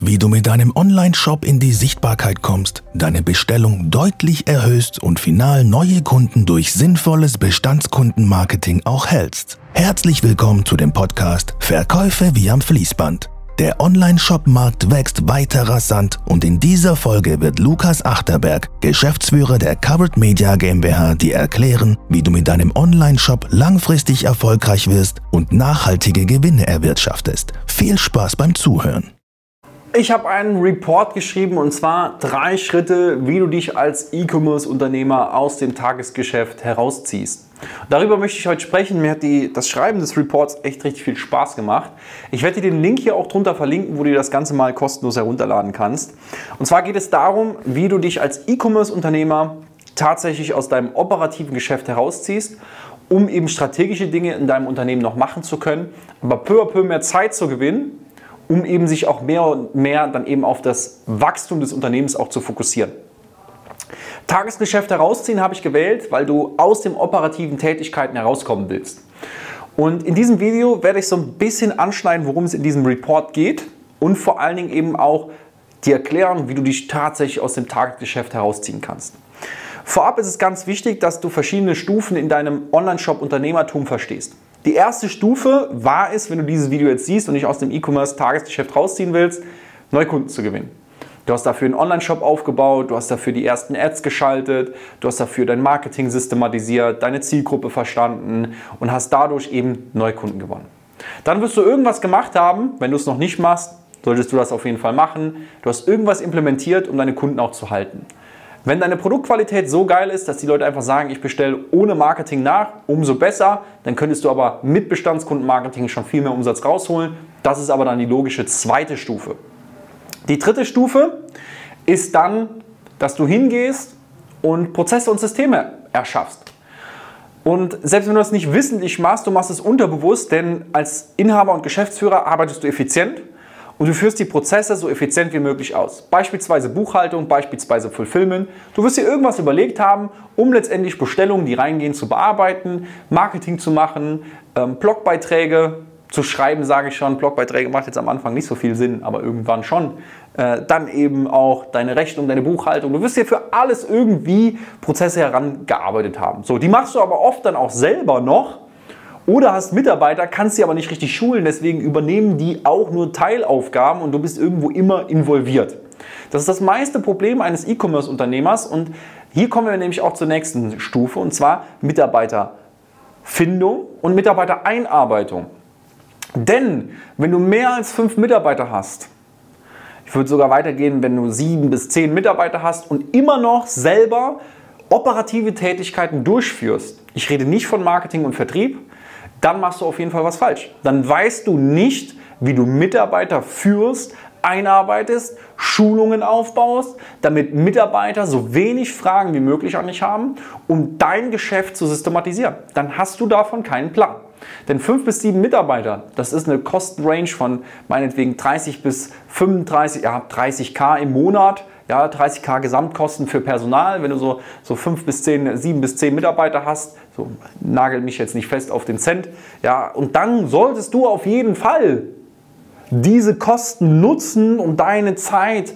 Wie du mit deinem Online-Shop in die Sichtbarkeit kommst, deine Bestellung deutlich erhöhst und final neue Kunden durch sinnvolles Bestandskundenmarketing auch hältst. Herzlich willkommen zu dem Podcast Verkäufe wie am Fließband. Der Online-Shop-Markt wächst weiter rasant und in dieser Folge wird Lukas Achterberg, Geschäftsführer der Covered Media GmbH, dir erklären, wie du mit deinem Online-Shop langfristig erfolgreich wirst und nachhaltige Gewinne erwirtschaftest. Viel Spaß beim Zuhören. Ich habe einen Report geschrieben und zwar 3 Schritte, wie du dich als E-Commerce-Unternehmer aus dem Tagesgeschäft herausziehst. Darüber möchte ich heute sprechen. Mir hat das Schreiben des Reports echt richtig viel Spaß gemacht. Ich werde dir den Link hier auch drunter verlinken, wo du dir das Ganze mal kostenlos herunterladen kannst. Und zwar geht es darum, wie du dich als E-Commerce-Unternehmer tatsächlich aus deinem operativen Geschäft herausziehst, um eben strategische Dinge in deinem Unternehmen noch machen zu können, aber peu à peu mehr Zeit zu gewinnen, um eben sich auch mehr und mehr dann eben auf das Wachstum des Unternehmens auch zu fokussieren. Tagesgeschäft herausziehen habe ich gewählt, weil du aus den operativen Tätigkeiten herauskommen willst. Und in diesem Video werde ich so ein bisschen anschneiden, worum es in diesem Report geht und vor allen Dingen eben auch dir erklären, wie du dich tatsächlich aus dem Tagesgeschäft herausziehen kannst. Vorab ist es ganz wichtig, dass du verschiedene Stufen in deinem Online-Shop-Unternehmertum verstehst. Die erste Stufe war es, wenn du dieses Video jetzt siehst und dich aus dem E-Commerce-Tagesgeschäft rausziehen willst, Neukunden zu gewinnen. Du hast dafür einen Online-Shop aufgebaut, du hast dafür die ersten Ads geschaltet, du hast dafür dein Marketing systematisiert, deine Zielgruppe verstanden und hast dadurch eben Neukunden gewonnen. Dann wirst du irgendwas gemacht haben, wenn du es noch nicht machst, solltest du das auf jeden Fall machen. Du hast irgendwas implementiert, um deine Kunden auch zu halten. Wenn deine Produktqualität so geil ist, dass die Leute einfach sagen, ich bestelle ohne Marketing nach, umso besser, dann könntest du aber mit Bestandskundenmarketing schon viel mehr Umsatz rausholen. Das ist aber dann die logische zweite Stufe. Die dritte Stufe ist dann, dass du hingehst und Prozesse und Systeme erschaffst. Und selbst wenn du das nicht wissentlich machst, du machst es unterbewusst, denn als Inhaber und Geschäftsführer arbeitest du effizient. Und du führst die Prozesse so effizient wie möglich aus. Beispielsweise Buchhaltung, beispielsweise Fulfillment. Du wirst dir irgendwas überlegt haben, um letztendlich Bestellungen, die reingehen, zu bearbeiten, Marketing zu machen, Blogbeiträge zu schreiben, sage ich schon. Blogbeiträge macht jetzt am Anfang nicht so viel Sinn, aber irgendwann schon. Dann eben auch deine Rechnung, deine Buchhaltung. Du wirst dir für alles irgendwie Prozesse herangearbeitet haben. So, die machst du aber oft dann auch selber noch. Oder hast Mitarbeiter, kannst sie aber nicht richtig schulen, deswegen übernehmen die auch nur Teilaufgaben und du bist irgendwo immer involviert. Das ist das meiste Problem eines E-Commerce-Unternehmers und hier kommen wir nämlich auch zur nächsten Stufe und zwar Mitarbeiterfindung und Mitarbeitereinarbeitung. Denn wenn du mehr als 5 Mitarbeiter hast, ich würde sogar weitergehen, wenn du 7 bis 10 Mitarbeiter hast und immer noch selber operative Tätigkeiten durchführst, ich rede nicht von Marketing und Vertrieb, dann machst du auf jeden Fall was falsch. Dann weißt du nicht, wie du Mitarbeiter führst, einarbeitest, Schulungen aufbaust, damit Mitarbeiter so wenig Fragen wie möglich an dich haben, um dein Geschäft zu systematisieren. Dann hast du davon keinen Plan. Denn 5 bis 7 Mitarbeiter, das ist eine Kostenrange von meinetwegen 30 bis 35, ja 30.000 im Monat. Ja, 30.000 Gesamtkosten für Personal, wenn du so 7 bis 10 Mitarbeiter hast, so nagel mich jetzt nicht fest auf den Cent, ja, und dann solltest du auf jeden Fall diese Kosten nutzen, um deine Zeit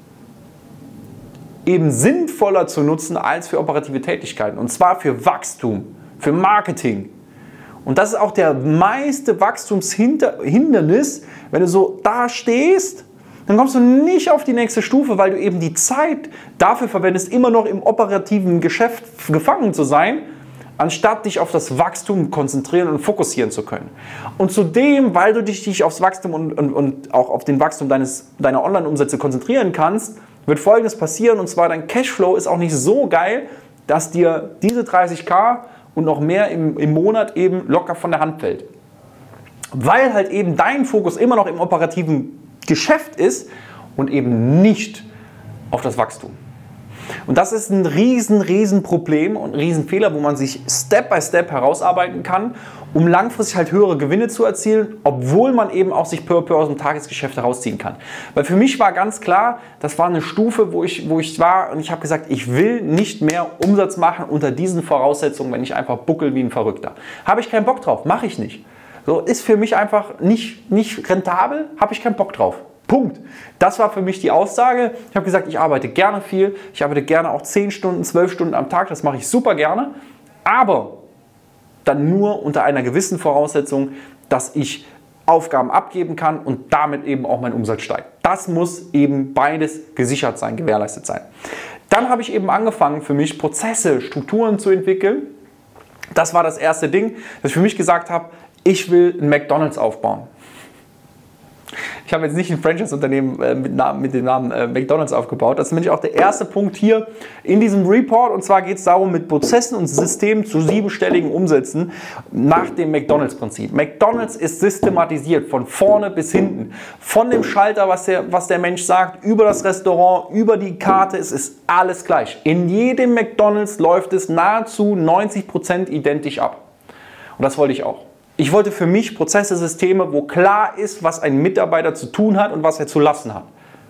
eben sinnvoller zu nutzen als für operative Tätigkeiten, und zwar für Wachstum, für Marketing. Und das ist auch der meiste Wachstumshindernis, wenn du so da stehst. Dann kommst du nicht auf die nächste Stufe, weil du eben die Zeit dafür verwendest, immer noch im operativen Geschäft gefangen zu sein, anstatt dich auf das Wachstum konzentrieren und fokussieren zu können. Und zudem, weil du dich aufs Wachstum und auch auf den Wachstum deiner Online-Umsätze konzentrieren kannst, wird Folgendes passieren, und zwar dein Cashflow ist auch nicht so geil, dass dir diese 30.000 und noch mehr im Monat eben locker von der Hand fällt. Weil halt eben dein Fokus immer noch im operativen Geschäft ist und eben nicht auf das Wachstum. Und das ist ein riesen Problem und ein Riesenfehler, wo man sich Step by Step herausarbeiten kann, um langfristig halt höhere Gewinne zu erzielen, obwohl man eben auch sich peu à peu aus dem Tagesgeschäft herausziehen kann. Weil für mich war ganz klar, das war eine Stufe, wo ich war, und ich habe gesagt, ich will nicht mehr Umsatz machen unter diesen Voraussetzungen, wenn ich einfach buckel wie ein Verrückter. Habe ich keinen Bock drauf, mache ich nicht. So, ist für mich einfach nicht rentabel, habe ich keinen Bock drauf. Punkt. Das war für mich die Aussage. Ich habe gesagt, ich arbeite gerne viel. Ich arbeite gerne auch 10 Stunden, 12 Stunden am Tag. Das mache ich super gerne. Aber dann nur unter einer gewissen Voraussetzung, dass ich Aufgaben abgeben kann und damit eben auch mein Umsatz steigt. Das muss eben beides gesichert sein, gewährleistet sein. Dann habe ich eben angefangen, für mich Prozesse, Strukturen zu entwickeln. Das war das erste Ding, dass ich für mich gesagt habe, ich will ein McDonald's aufbauen. Ich habe jetzt nicht ein Franchise-Unternehmen mit dem Namen McDonald's aufgebaut. Das ist nämlich auch der erste Punkt hier in diesem Report. Und zwar geht es darum, mit Prozessen und Systemen zu 7-stelligen Umsätzen nach dem McDonald's-Prinzip. McDonald's ist systematisiert von vorne bis hinten. Von dem Schalter, was der Mensch sagt, über das Restaurant, über die Karte. Es ist alles gleich. In jedem McDonald's läuft es nahezu 90% identisch ab. Und das wollte ich auch. Ich wollte für mich Prozesse, Systeme, wo klar ist, was ein Mitarbeiter zu tun hat und was er zu lassen hat.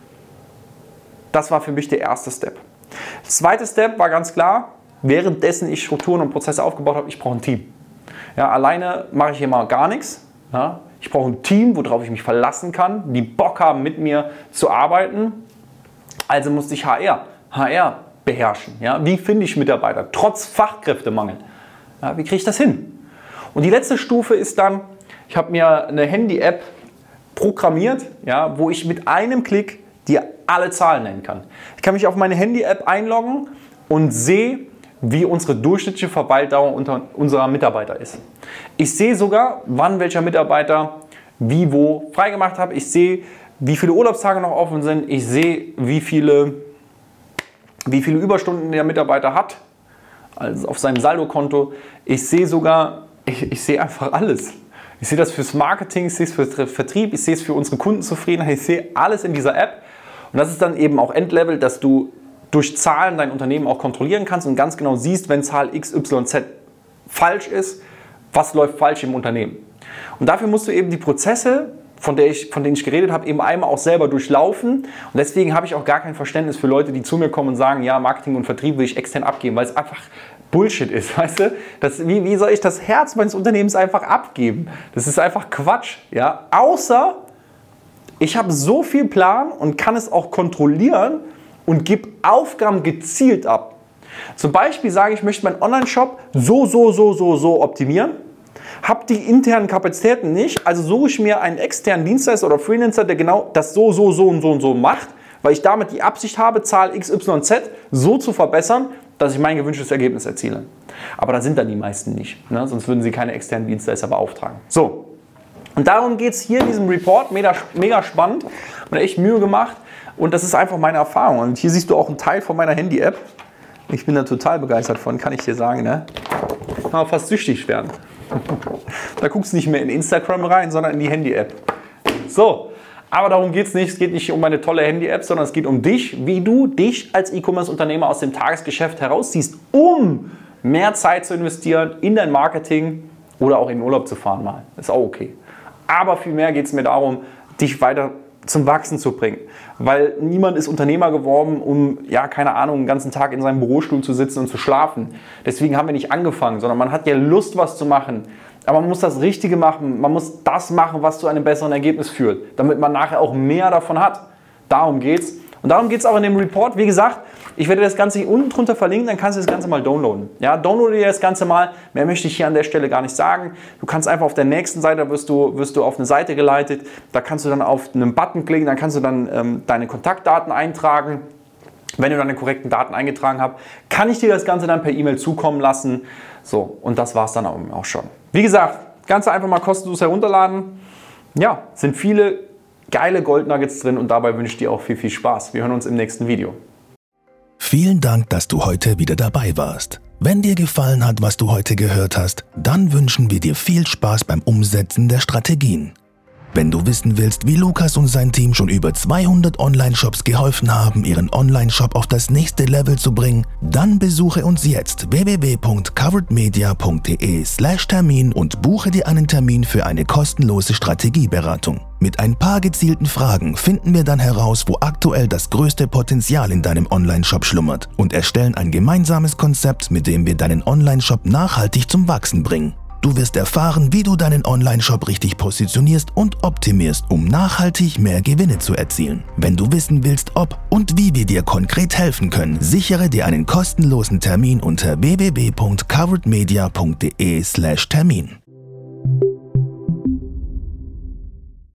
Das war für mich der erste Step. Der zweite Step war ganz klar, währenddessen ich Strukturen und Prozesse aufgebaut habe, ich brauche ein Team. Ja, alleine mache ich hier mal gar nichts. Ja, ich brauche ein Team, worauf ich mich verlassen kann, die Bock haben, mit mir zu arbeiten. Also musste ich HR beherrschen. Ja, wie finde ich Mitarbeiter, trotz Fachkräftemangel? Ja, wie kriege ich das hin? Und die letzte Stufe ist dann, ich habe mir eine Handy-App programmiert, ja, wo ich mit einem Klick dir alle Zahlen nennen kann. Ich kann mich auf meine Handy-App einloggen und sehe, wie unsere durchschnittliche Verweildauer unserer Mitarbeiter ist. Ich sehe sogar, wann welcher Mitarbeiter wie wo freigemacht hat. Ich sehe, wie viele Urlaubstage noch offen sind. Ich sehe, wie viele Überstunden der Mitarbeiter hat, also auf seinem Saldokonto. Ich sehe sogar, ich sehe einfach alles. Ich sehe das fürs Marketing, ich sehe es für den Vertrieb, ich sehe es für unsere Kundenzufriedenheit, ich sehe alles in dieser App. Und das ist dann eben auch Endlevel, dass du durch Zahlen dein Unternehmen auch kontrollieren kannst und ganz genau siehst, wenn Zahl XYZ falsch ist, was läuft falsch im Unternehmen. Und dafür musst du eben die Prozesse, von denen ich geredet habe, eben einmal auch selber durchlaufen. Und deswegen habe ich auch gar kein Verständnis für Leute, die zu mir kommen und sagen, ja, Marketing und Vertrieb will ich extern abgeben, weil es einfach Bullshit ist, weißt du? Wie soll ich das Herz meines Unternehmens einfach abgeben? Das ist einfach Quatsch, ja? Außer ich habe so viel Plan und kann es auch kontrollieren und gebe Aufgaben gezielt ab. Zum Beispiel sage ich, ich möchte meinen Online-Shop so optimieren, habe die internen Kapazitäten nicht, also suche ich mir einen externen Dienstleister oder Freelancer, der genau das so macht, weil ich damit die Absicht habe, Zahl XYZ so zu verbessern, dass ich mein gewünschtes Ergebnis erziele. Aber da sind dann die meisten nicht, ne? Sonst würden sie keine externen Dienstleister beauftragen. So, und darum geht es hier in diesem Report, mega spannend, mir echt Mühe gemacht und das ist einfach meine Erfahrung. Und hier siehst du auch einen Teil von meiner Handy-App. Ich bin da total begeistert von, kann ich dir sagen, ne? Kann man fast süchtig werden. Da guckst du nicht mehr in Instagram rein, sondern in die Handy-App. So, aber darum geht es nicht. Es geht nicht um eine tolle Handy-App, sondern es geht um dich, wie du dich als E-Commerce-Unternehmer aus dem Tagesgeschäft herausziehst, um mehr Zeit zu investieren in dein Marketing oder auch in den Urlaub zu fahren mal. Ist auch okay. Aber vielmehr geht es mir darum, dich weiter zum Wachsen zu bringen. Weil niemand ist Unternehmer geworden, um, ja, keine Ahnung, den ganzen Tag in seinem Bürostuhl zu sitzen und zu schlafen. Deswegen haben wir nicht angefangen, sondern man hat ja Lust, was zu machen. Aber man muss das Richtige machen. Man muss das machen, was zu einem besseren Ergebnis führt, damit man nachher auch mehr davon hat. Darum geht's. Und darum geht es auch in dem Report. Wie gesagt, ich werde das Ganze hier unten drunter verlinken, dann kannst du das Ganze mal downloaden. Ja, downloade dir das Ganze mal. Mehr möchte ich hier an der Stelle gar nicht sagen. Du kannst einfach auf der nächsten Seite, wirst du auf eine Seite geleitet. Da kannst du dann auf einen Button klicken, dann kannst du dann deine Kontaktdaten eintragen. Wenn du deine korrekten Daten eingetragen hast, kann ich dir das Ganze dann per E-Mail zukommen lassen. So, und das war es dann auch schon. Wie gesagt, Ganze einfach mal kostenlos herunterladen. Ja, sind viele geile Goldnuggets drin und dabei wünsche ich dir auch viel Spaß. Wir hören uns im nächsten Video. Vielen Dank, dass du heute wieder dabei warst. Wenn dir gefallen hat, was du heute gehört hast, dann wünschen wir dir viel Spaß beim Umsetzen der Strategien. Wenn du wissen willst, wie Lukas und sein Team schon über 200 Online-Shops geholfen haben, ihren Online-Shop auf das nächste Level zu bringen, dann besuche uns jetzt www.coveredmedia.de/Termin und buche dir einen Termin für eine kostenlose Strategieberatung. Mit ein paar gezielten Fragen finden wir dann heraus, wo aktuell das größte Potenzial in deinem Online-Shop schlummert und erstellen ein gemeinsames Konzept, mit dem wir deinen Online-Shop nachhaltig zum Wachsen bringen. Du wirst erfahren, wie du deinen Online-Shop richtig positionierst und optimierst, um nachhaltig mehr Gewinne zu erzielen. Wenn du wissen willst, ob und wie wir dir konkret helfen können, sichere dir einen kostenlosen Termin unter www.coveredmedia.de/Termin.